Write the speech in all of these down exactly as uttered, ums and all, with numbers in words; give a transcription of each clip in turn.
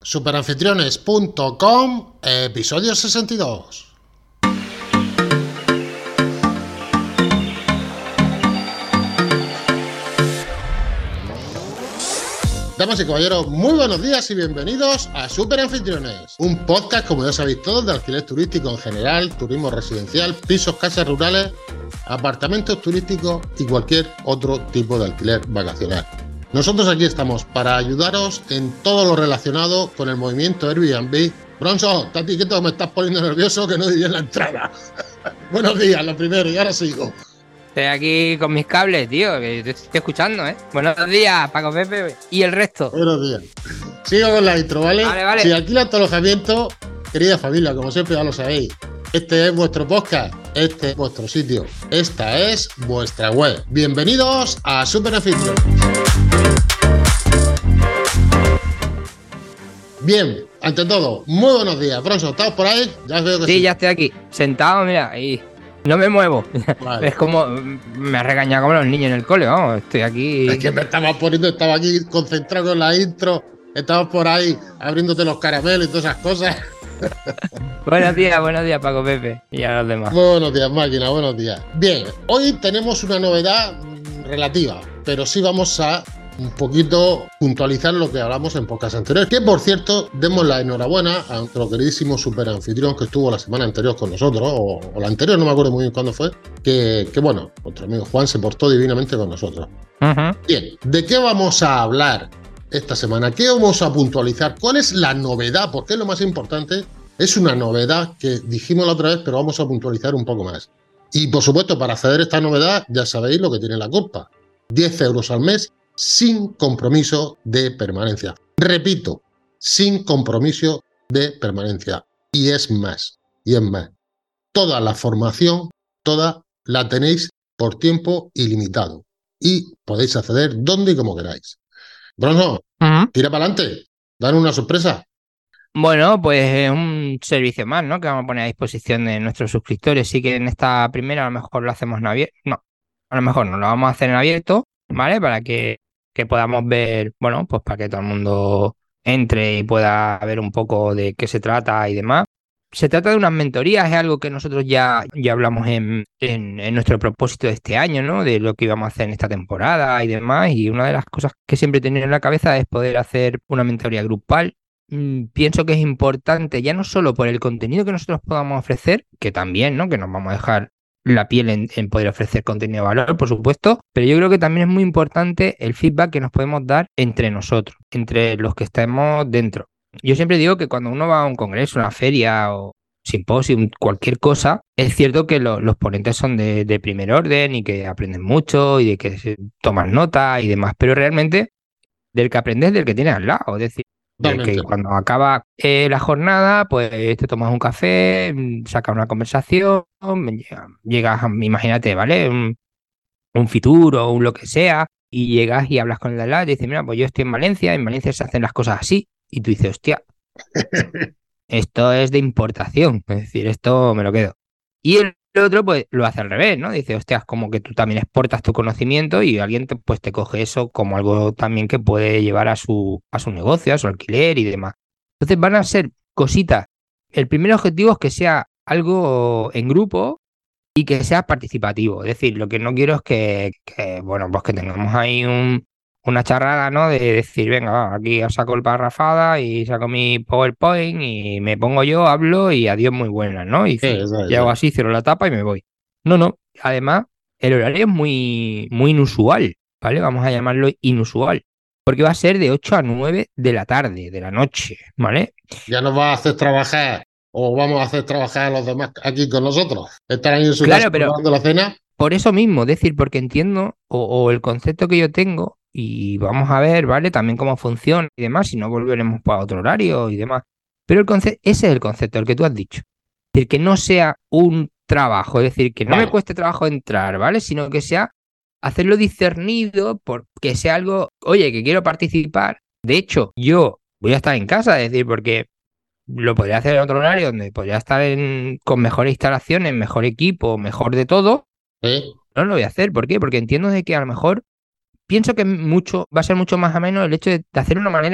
Superanfitriones punto com, episodio sesenta y dos. Damas y caballeros, muy buenos días y bienvenidos a Superanfitriones, un podcast, como ya sabéis todos, de alquiler turístico en general, turismo residencial, pisos, casas rurales, apartamentos turísticos y cualquier otro tipo de alquiler vacacional. Nosotros aquí estamos para ayudaros en todo lo relacionado con el movimiento Airbnb. Bronzo, Tati, ¿qué todo me estás poniendo nervioso que no di bien la entrada? Buenos días, lo primero, y ahora sigo. Estoy aquí con mis cables, tío, que te estoy escuchando, ¿eh? Buenos días, Paco Pepe y el resto. Buenos días. Sigo con la intro, ¿vale? Vale, vale. Si alquilas tu alojamiento, querida familia, como siempre ya lo sabéis, este es vuestro podcast, este es vuestro sitio, esta es vuestra web. Bienvenidos a Superanfitriones. Bien, ante todo, muy buenos días. Bronzo, ¿estás por ahí? Ya veo que sí, sí. ya estoy aquí, sentado, mira, y no me muevo. Vale. Es como, me ha regañado como los niños en el cole, vamos, estoy aquí. Es que me estaba poniendo, estaba aquí concentrado con la intro, estabas por ahí abriéndote los caramelos y todas esas cosas. Buenos días, buenos días, Paco Pepe y a los demás. Buenos días, máquina, buenos días. Bien, hoy tenemos una novedad relativa, pero sí vamos a un poquito puntualizar lo que hablamos en podcast anteriores. Que, por cierto, demos la enhorabuena a nuestro queridísimo superanfitrión que estuvo la semana anterior con nosotros, o, o la anterior, no me acuerdo muy bien cuándo fue, que, que bueno, nuestro amigo Juan se portó divinamente con nosotros. Uh-huh. Bien, ¿de qué vamos a hablar esta semana? ¿Qué vamos a puntualizar? ¿Cuál es la novedad? Porque es lo más importante. Es una novedad que dijimos la otra vez, pero vamos a puntualizar un poco más. Y, por supuesto, para acceder a esta novedad, ya sabéis lo que tiene la culpa. diez euros al mes sin compromiso de permanencia. Repito, sin compromiso de permanencia. Y es más, y es más. Toda la formación, toda la tenéis por tiempo ilimitado. Y podéis acceder donde y como queráis. Bronzo, uh-huh. Tira para adelante. Dan una sorpresa. Bueno, pues es un servicio más, ¿no? Que vamos a poner a disposición de nuestros suscriptores. Sí que en esta primera a lo mejor lo hacemos en abierto. No, a lo mejor no lo vamos a hacer en abierto, ¿vale? Para que, que podamos ver, bueno, pues para que todo el mundo entre y pueda ver un poco de qué se trata y demás. Se trata de unas mentorías, es algo que nosotros ya, ya hablamos en, en, en nuestro propósito de este año, ¿no? De lo que íbamos a hacer en esta temporada y demás. Y una de las cosas que siempre he tenido en la cabeza es poder hacer una mentoría grupal. Mm, pienso que es importante, ya no solo por el contenido que nosotros podamos ofrecer, que también, ¿no? Que nos vamos a dejar la piel en, en poder ofrecer contenido de valor, por supuesto, pero yo creo que también es muy importante el feedback que nos podemos dar entre nosotros, entre los que estemos dentro. Yo siempre digo que cuando uno va a un congreso, una feria o simposio, cualquier cosa, es cierto que lo, los ponentes son de, de primer orden y que aprenden mucho y de que se toman nota y demás, pero realmente del que aprendes del que tienes al lado, es decir, de que cuando acaba eh, la jornada, pues te tomas un café, sacas una conversación, llegas, a, imagínate, ¿vale? Un, un Fitur o un lo que sea, y llegas y hablas con el de al lado y dices, mira, pues yo estoy en Valencia, en Valencia se hacen las cosas así, y tú dices, hostia, esto es de importación, es decir, esto me lo quedo. Y el otro, pues, lo hace al revés, ¿no? Dice, hostia, como que tú también exportas tu conocimiento y alguien te, pues, te coge eso como algo también que puede llevar a su, a su negocio, a su alquiler y demás. Entonces van a ser cositas. El primer objetivo es que sea algo en grupo y que sea participativo. Es decir, lo que no quiero es que, que bueno, pues que tengamos ahí un, una charrada, ¿no? De decir, venga, va, aquí saco el parrafada y saco mi PowerPoint y me pongo yo, hablo y adiós muy buenas, ¿no? Y, sí, y hago así, cierro la tapa y me voy. No, no. Además, el horario es muy, muy inusual, ¿vale? Vamos a llamarlo inusual. Porque va a ser de ocho a nueve de la tarde, de la noche, ¿vale? Ya nos va a hacer trabajar, o vamos a hacer trabajar a los demás aquí con nosotros. Estar ahí en su claro, casa pero tomando la cena. Por eso mismo, es decir, porque entiendo, o, o el concepto que yo tengo, y vamos a ver, ¿vale? También cómo funciona y demás, si no volveremos para otro horario y demás. Pero el concepto, ese es el concepto, el que tú has dicho. Es decir, que no sea un trabajo, es decir, que no vale. me cueste trabajo entrar, ¿vale? Sino que sea hacerlo discernido, porque sea algo, oye, que quiero participar. De hecho, yo voy a estar en casa, es decir, porque lo podría hacer en otro horario donde podría estar en, con mejores instalaciones, mejor equipo, mejor de todo. ¿Eh? No lo voy a hacer, ¿por qué? Porque entiendo de que a lo mejor pienso que mucho va a ser mucho más ameno el hecho de, de hacer de una manera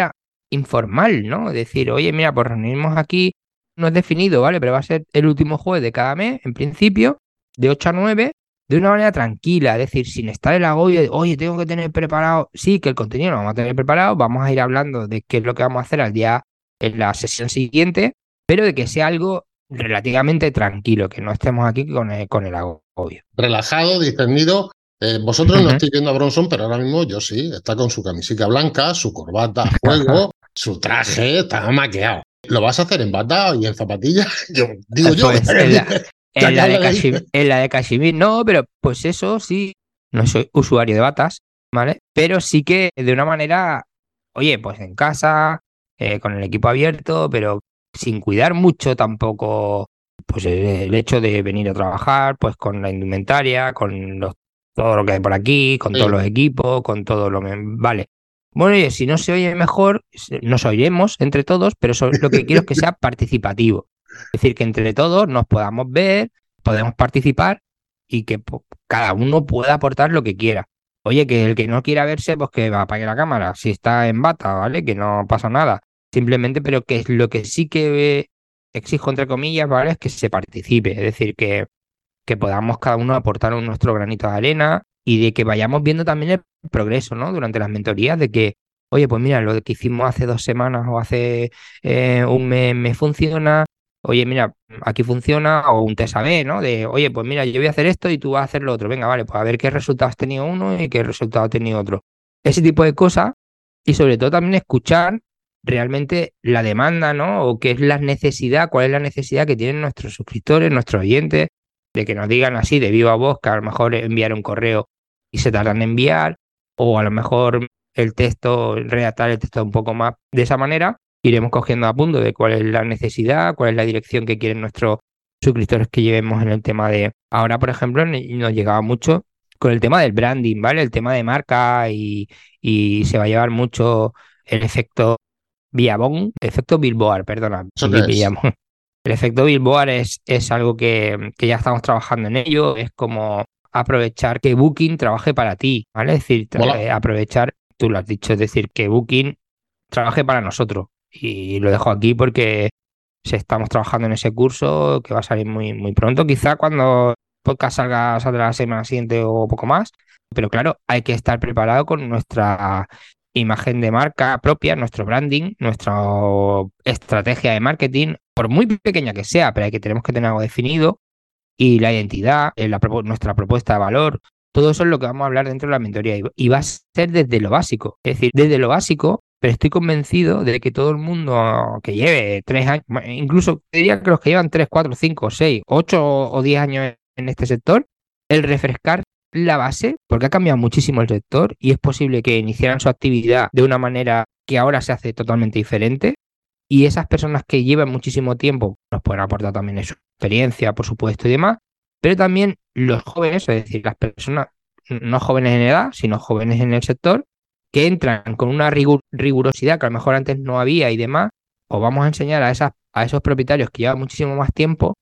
informal, ¿no? Es decir, oye, mira, pues reunirnos aquí, no es definido, ¿vale? Pero va a ser el último jueves de cada mes, en principio, de ocho a nueve, de una manera tranquila, es decir, sin estar el agobio de, oye, tengo que tener preparado, sí, que el contenido lo vamos a tener preparado, vamos a ir hablando de qué es lo que vamos a hacer al día, en la sesión siguiente, pero de que sea algo relativamente tranquilo, que no estemos aquí con el, con el agobio. Relajado, discernido. Eh, vosotros no Ujú. estáis viendo a Bronson, pero ahora mismo yo sí. Está con su camiseta blanca, su corbata a juego, su traje, está maquillado. ¿Lo vas a hacer en bata y en zapatillas? Yo digo yo, Pues ya en la, que en la de habla de Kashmir, dice. en la de Kashmir, no, pero pues eso sí, no soy usuario de batas, ¿vale? Pero sí que de una manera, oye, pues en casa, eh, con el equipo abierto, pero sin cuidar mucho tampoco, pues el, el hecho de venir a trabajar, pues con la indumentaria, con los, todo lo que hay por aquí, con todos Sí, los equipos, con todo lo que... Vale. Bueno, oye, si no se oye mejor, se- nos oiremos entre todos, pero so- lo que quiero es que sea participativo. Es decir, que entre todos nos podamos ver, podemos participar y que po- cada uno pueda aportar lo que quiera. Oye, que el que no quiera verse, pues que apague la cámara. Si está en bata, ¿vale? Que no pasa nada. Simplemente, pero que es lo que sí que exijo, entre comillas, ¿vale? Es que se participe. Es decir, que, que podamos cada uno aportar un- nuestro granito de arena y de que vayamos viendo también el progreso, ¿no? Durante las mentorías, de que, oye, pues mira, lo que hicimos hace dos semanas o hace eh, un mes me funciona. Oye, mira, aquí funciona, o un test A B, ¿no? De, oye, pues mira, yo voy a hacer esto y tú vas a hacer lo otro. Venga, vale, pues a ver qué resultados ha tenido uno y qué resultados ha tenido otro. Ese tipo de cosas y sobre todo también escuchar realmente la demanda, ¿no? O qué es la necesidad, cuál es la necesidad que tienen nuestros suscriptores, nuestros oyentes, de que nos digan así de viva voz que a lo mejor enviar un correo y se tardan en enviar, o a lo mejor el texto, redactar el texto un poco más de esa manera, iremos cogiendo a punto de cuál es la necesidad, cuál es la dirección que quieren nuestros suscriptores que llevemos en el tema de... Ahora, por ejemplo, ne- nos llegaba mucho con el tema del branding, ¿vale? El tema de marca y, y se va a llevar mucho el efecto Billabong, efecto Billboard, perdona, ¿eso qué es? Billabong. El efecto Billboard es, es algo que, que ya estamos trabajando en ello, es como aprovechar que Booking trabaje para ti, ¿vale? Es decir, tra- Mola. eh, aprovechar, tú lo has dicho, es decir, que Booking trabaje para nosotros. Y lo dejo aquí porque se estamos trabajando en ese curso que va a salir muy, muy pronto, quizá cuando el podcast salga, saldrá la semana siguiente o poco más, pero claro, hay que estar preparado con nuestra imagen de marca propia, nuestro branding, nuestra estrategia de marketing, por muy pequeña que sea, pero hay que tenemos que tener algo definido y la identidad, eh, la propu- nuestra propuesta de valor, todo eso es lo que vamos a hablar dentro de la mentoría y, y va a ser desde lo básico, es decir, desde lo básico, pero estoy convencido de que todo el mundo que lleve tres años, incluso diría que los que llevan tres, cuatro, cinco, seis, ocho o diez años en este sector, el refrescar la base, porque ha cambiado muchísimo el sector y es posible que iniciaran su actividad de una manera que ahora se hace totalmente diferente y esas personas que llevan muchísimo tiempo nos pueden aportar también en su experiencia, por supuesto, y demás, pero también los jóvenes, es decir, las personas no jóvenes en edad, sino jóvenes en el sector, que entran con una rigu- rigurosidad que a lo mejor antes no había y demás, os vamos a enseñar a, esas, a esos propietarios que llevan muchísimo más tiempo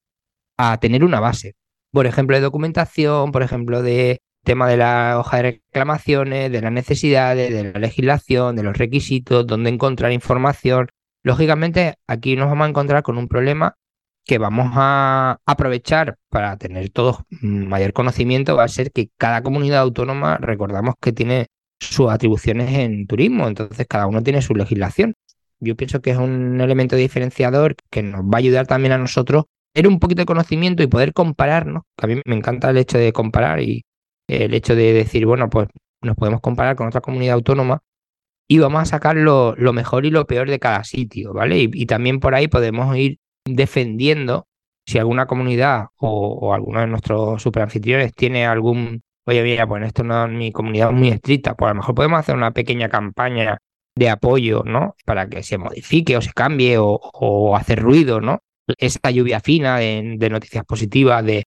a tener una base. Por ejemplo, de documentación, por ejemplo, de tema de la hoja de reclamaciones, de las necesidades, de la legislación, de los requisitos, dónde encontrar información. Lógicamente, aquí nos vamos a encontrar con un problema que vamos a aprovechar para tener todos mayor conocimiento, va a ser que cada comunidad autónoma, recordamos que tiene sus atribuciones en turismo, entonces cada uno tiene su legislación. Yo pienso que es un elemento diferenciador que nos va a ayudar también a nosotros tener un poquito de conocimiento y poder compararnos, que a mí me encanta el hecho de comparar y el hecho de decir, bueno, pues nos podemos comparar con otra comunidad autónoma y vamos a sacar lo, lo mejor y lo peor de cada sitio, ¿vale? Y, y también por ahí podemos ir defendiendo si alguna comunidad o, o alguno de nuestros superanfitriones tiene algún, oye, mira, pues esto no es mi comunidad muy estricta, pues a lo mejor podemos hacer una pequeña campaña de apoyo, ¿no? Para que se modifique o se cambie o, o hacer ruido, ¿no? Esa lluvia fina de, de noticias positivas de,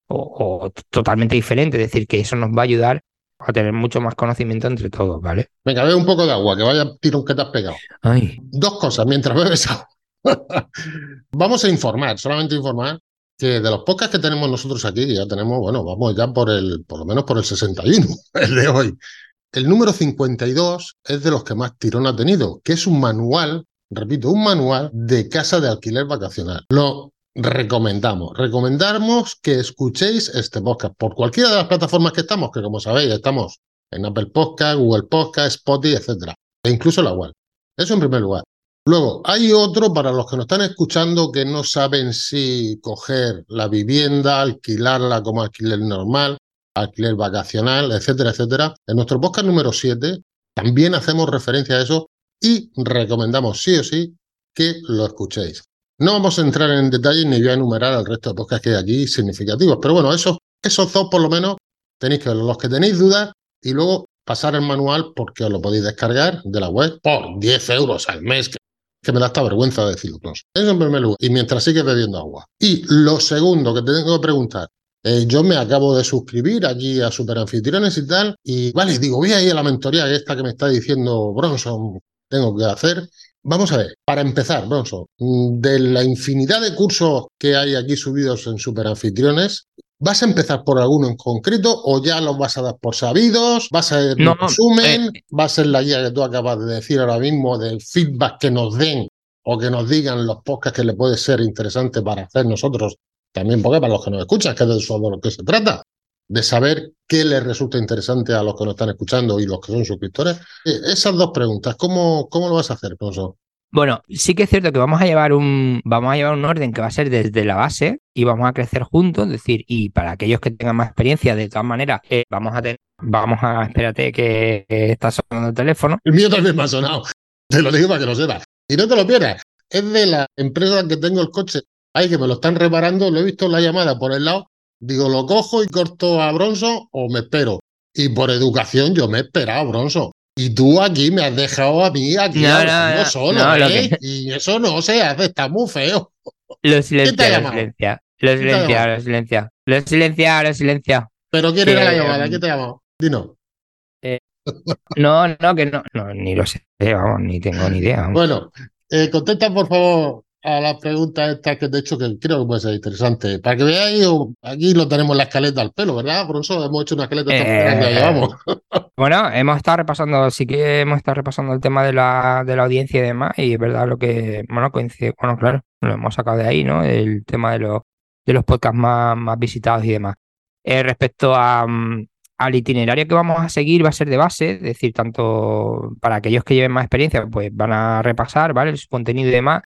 o, o totalmente diferente, es decir, que eso nos va a ayudar a tener mucho más conocimiento entre todos, ¿vale? Venga, bebe un poco de agua, que vaya tirón que te has pegado. Ay. Dos cosas mientras bebes agua. Vamos a informar, solamente informar que de los podcasts que tenemos nosotros aquí, que ya tenemos, bueno, vamos ya por el, por lo menos por el sesenta y uno, el de hoy. el número cincuenta y dos es de los que más tirón ha tenido, que es un manual, repito, un manual de casa de alquiler vacacional. Lo recomendamos, recomendamos que escuchéis este podcast por cualquiera de las plataformas que estamos, que como sabéis estamos en Apple Podcast, Google Podcast, Spotify, etcétera, e incluso la web. Eso en primer lugar. Luego, hay otro para los que nos están escuchando que no saben si coger la vivienda, alquilarla como alquiler normal, alquiler vacacional, etcétera, etcétera. En nuestro podcast número siete también hacemos referencia a eso y recomendamos sí o sí que lo escuchéis. No vamos a entrar en detalles ni voy a enumerar el resto de podcasts que hay aquí significativos, pero bueno, esos, esos dos por lo menos tenéis que ver, los que tenéis dudas y luego pasar el manual porque os lo podéis descargar de la web por diez euros al mes, que, que me da esta vergüenza de decirlo. Eso en primer lugar, y mientras sigues bebiendo agua. Y lo segundo que te tengo que preguntar, Eh, yo me acabo de suscribir aquí a Superanfitriones y tal, y vale, digo, voy a ir a la mentoría esta que me está diciendo Bronson, tengo que hacer. Vamos a ver, para empezar, Bronson, de la infinidad de cursos que hay aquí subidos en Superanfitriones, ¿vas a empezar por alguno en concreto o ya los vas a dar por sabidos? ¿Va a ser un No, resumen? eh, ¿Va a ser la guía que tú acabas de decir ahora mismo del feedback que nos den o que nos digan los podcasts que le puede ser interesante para hacer nosotros? También porque para los que nos escuchan, que es de eso de lo que se trata, de saber qué les resulta interesante a los que nos están escuchando y los que son suscriptores. Eh, esas dos preguntas, ¿cómo, cómo lo vas a hacer, profesor? bueno, sí que es cierto que vamos a llevar un, vamos a llevar un orden que va a ser desde la base y vamos a crecer juntos, es decir, y para aquellos que tengan más experiencia, de todas maneras, eh, vamos a tener, vamos a, espérate que eh, está sonando el teléfono. El mío también me ha sonado, te lo digo para que lo sepas. Y no te lo pierdas, es de la empresa que tengo el coche, ahí que me lo están reparando, lo he visto en la llamada por el lado, digo, lo cojo y corto a Bronson o me espero. Y por educación yo me he esperado, Bronson. Y tú aquí me has dejado a mí aquí No, hablando no, no, solo, no, lo ¿eh? que Y eso no se hace, está muy feo. lo ¿Quién te ha silencia, lo llamado? silencia, lo ¿Quién te ha silencia, llamado? lo silencia, lo silencia, lo silencia. ¿Pero quién era la Que llamada? mm, ¿Quién te ha llamado? Dinos. eh, no, no, que no, no, ni lo sé, vamos, ni tengo ni idea. Vamos. Bueno, eh, contesta por favor a las preguntas estas que te he hecho, que creo que puede ser interesante. Para que veáis, o- aquí lo tenemos la escaleta al pelo, ¿verdad? Por eso hemos hecho una escaleta esta mañana que la Eh, llevamos. bueno, hemos estado repasando, sí que hemos estado repasando el tema de la, de la audiencia y demás, y es verdad lo que, bueno, coincide, bueno, claro, lo hemos sacado de ahí, ¿no? El tema de los, de los podcasts más, más visitados y demás. Eh, respecto a, mm, al itinerario que vamos a seguir, va a ser de base, es decir, tanto para aquellos que lleven más experiencia, pues van a repasar, ¿vale? Su contenido y demás,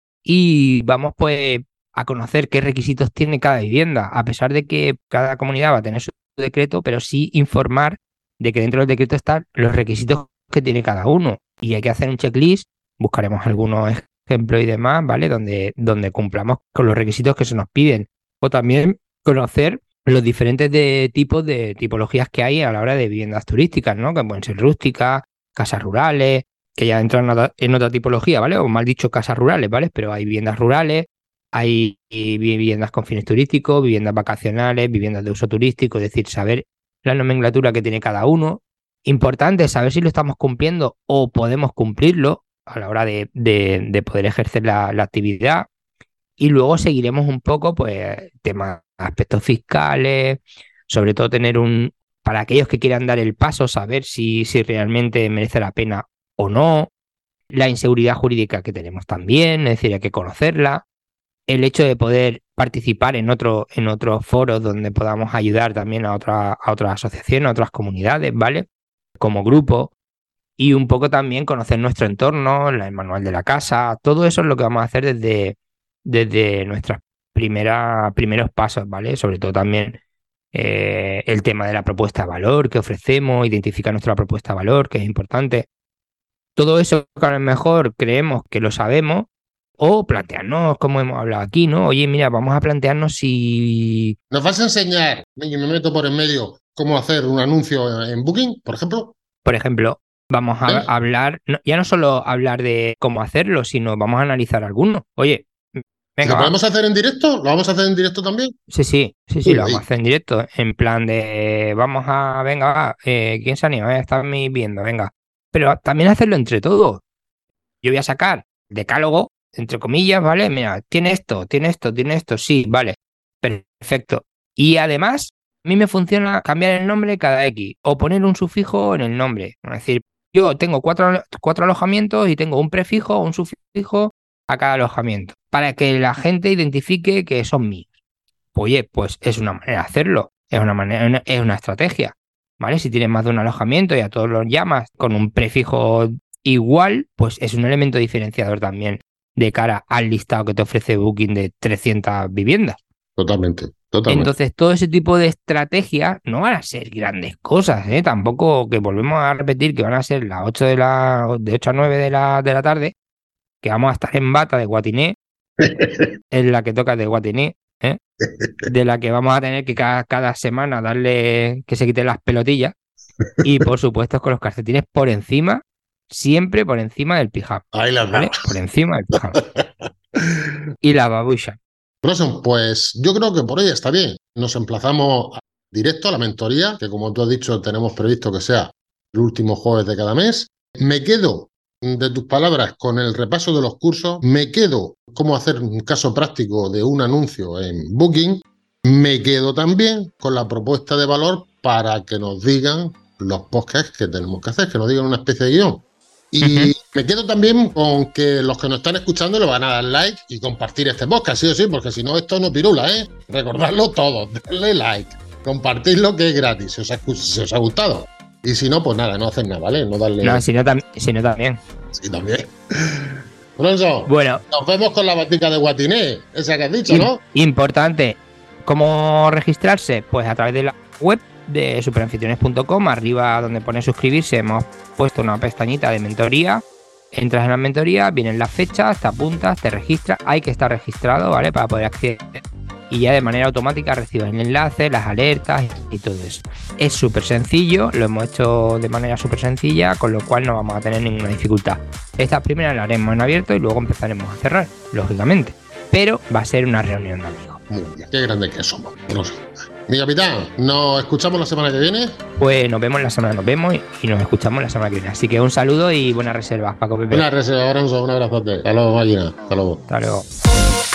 y vamos pues a conocer qué requisitos tiene cada vivienda, a pesar de que cada comunidad va a tener su decreto, pero sí informar de que dentro del decreto están los requisitos que tiene cada uno y hay que hacer un checklist, buscaremos algunos ejemplos y demás, ¿vale? Donde, donde cumplamos con los requisitos que se nos piden o también conocer los diferentes de tipos de tipologías que hay a la hora de viviendas turísticas, ¿no? Que pueden ser rústicas, casas rurales, que ya entran en otra, en otra tipología, ¿vale? O mal dicho, casas rurales, ¿vale? Pero hay viviendas rurales, hay viviendas con fines turísticos, viviendas vacacionales, viviendas de uso turístico, es decir, saber la nomenclatura que tiene cada uno. Importante saber si lo estamos cumpliendo o podemos cumplirlo a la hora de, de, de poder ejercer la, la actividad. Y luego seguiremos un poco, pues, temas, aspectos fiscales, sobre todo tener un, para aquellos que quieran dar el paso, saber si, si realmente merece la pena o no, la inseguridad jurídica que tenemos también, es decir, hay que conocerla, el hecho de poder participar en otro, en otros foros donde podamos ayudar también a, otra, a otras asociaciones, a otras comunidades, ¿vale? Como grupo, y un poco también conocer nuestro entorno, el manual de la casa, todo eso es lo que vamos a hacer desde, desde nuestros primeros pasos, ¿vale? Sobre todo también eh, el tema de la propuesta de valor que ofrecemos, identificar nuestra propuesta de valor, que es importante. Todo eso que a lo mejor creemos que lo sabemos, o plantearnos, como hemos hablado aquí, ¿no? Oye, mira, vamos a plantearnos si... ¿Nos vas a enseñar, y me meto por en medio, cómo hacer un anuncio en Booking, por ejemplo? Por ejemplo, vamos a ¿Eh? hablar, no, ya no solo hablar de cómo hacerlo, sino vamos a analizar algunos. Oye, ¿Y lo venga, va. podemos hacer en directo? ¿Lo vamos a hacer en directo también? Sí, sí, sí, sí, lo vamos a Uy, hacer en directo, en plan de, vamos a, venga, va, eh, ¿quién se anima? Eh, están viendo, venga. Pero también hacerlo entre todos. Yo voy a sacar decálogo, entre comillas, ¿vale? Mira, tiene esto, tiene esto, tiene esto, sí, vale, perfecto. Y además mí me funciona cambiar el nombre cada X o poner un sufijo en el nombre. Es decir, yo tengo cuatro, cuatro alojamientos y tengo un prefijo o un sufijo a cada alojamiento para que la gente identifique que son míos. Oye, pues es una manera de hacerlo, es una manera, es una estrategia, ¿vale? Si tienes más de un alojamiento y a todos los llamas con un prefijo igual, pues es un elemento diferenciador también de cara al listado que te ofrece Booking de trescientas viviendas. Totalmente, totalmente. Entonces, todo ese tipo de estrategias no van a ser grandes cosas, ¿eh? Tampoco que volvemos a repetir que van a ser las ocho de la de ocho a nueve de la, de la tarde, que vamos a estar en bata de Guatiné, es la que toca de Guatiné, ¿eh? De la que vamos a tener que cada, cada semana darle que se quiten las pelotillas y, por supuesto, con los calcetines por encima, siempre por encima del pijama. Ahí las ¿vale? vamos. Por encima del pijama. Y la babucha. Rosen, pues yo creo que por hoy está bien. Nos emplazamos directo a la mentoría, que como tú has dicho, tenemos previsto que sea el último jueves de cada mes. Me quedo, de tus palabras, con el repaso de los cursos. Me quedo cómo hacer un caso práctico de un anuncio en Booking. Me quedo también con la propuesta de valor para que nos digan los podcasts que tenemos que hacer, que nos digan una especie de guión. Y uh-huh. me quedo también con que los que nos están escuchando le van a dar like y compartir este podcast, sí o sí, porque si no esto no pirula, ¿eh? Recordadlo todo, darle like, compartirlo que es gratis, si os ha, si os ha gustado. Y si no, pues nada, no hacen nada, ¿vale? No darle... No, si no, tam si no también. Sí, también. Alonso, bueno, nos vemos con la batica de Guatiné, esa que has dicho, ¿no? Importante. ¿Cómo registrarse? Pues a través de la web de superanfitriones punto com, arriba donde pone suscribirse hemos puesto una pestañita de mentoría, entras en la mentoría, vienen las fechas, te apuntas, te registras, hay que estar registrado, ¿vale? Para poder acceder y ya de manera automática recibes el enlace, las alertas y todo eso. Es súper sencillo, lo hemos hecho de manera súper sencilla, con lo cual no vamos a tener ninguna dificultad. Estas primeras las haremos en abierto y luego empezaremos a cerrar, lógicamente, pero va a ser una reunión de amigos. Muy bien, qué grande que somos. Mi capitán, ¿nos escuchamos la semana que viene? Pues nos vemos la semana, nos vemos y nos escuchamos la semana que viene. Así que un saludo y buenas reservas, Paco Pepe. Buenas reservas, un abrazote. Hasta luego, máquina. Hasta luego. Hasta luego.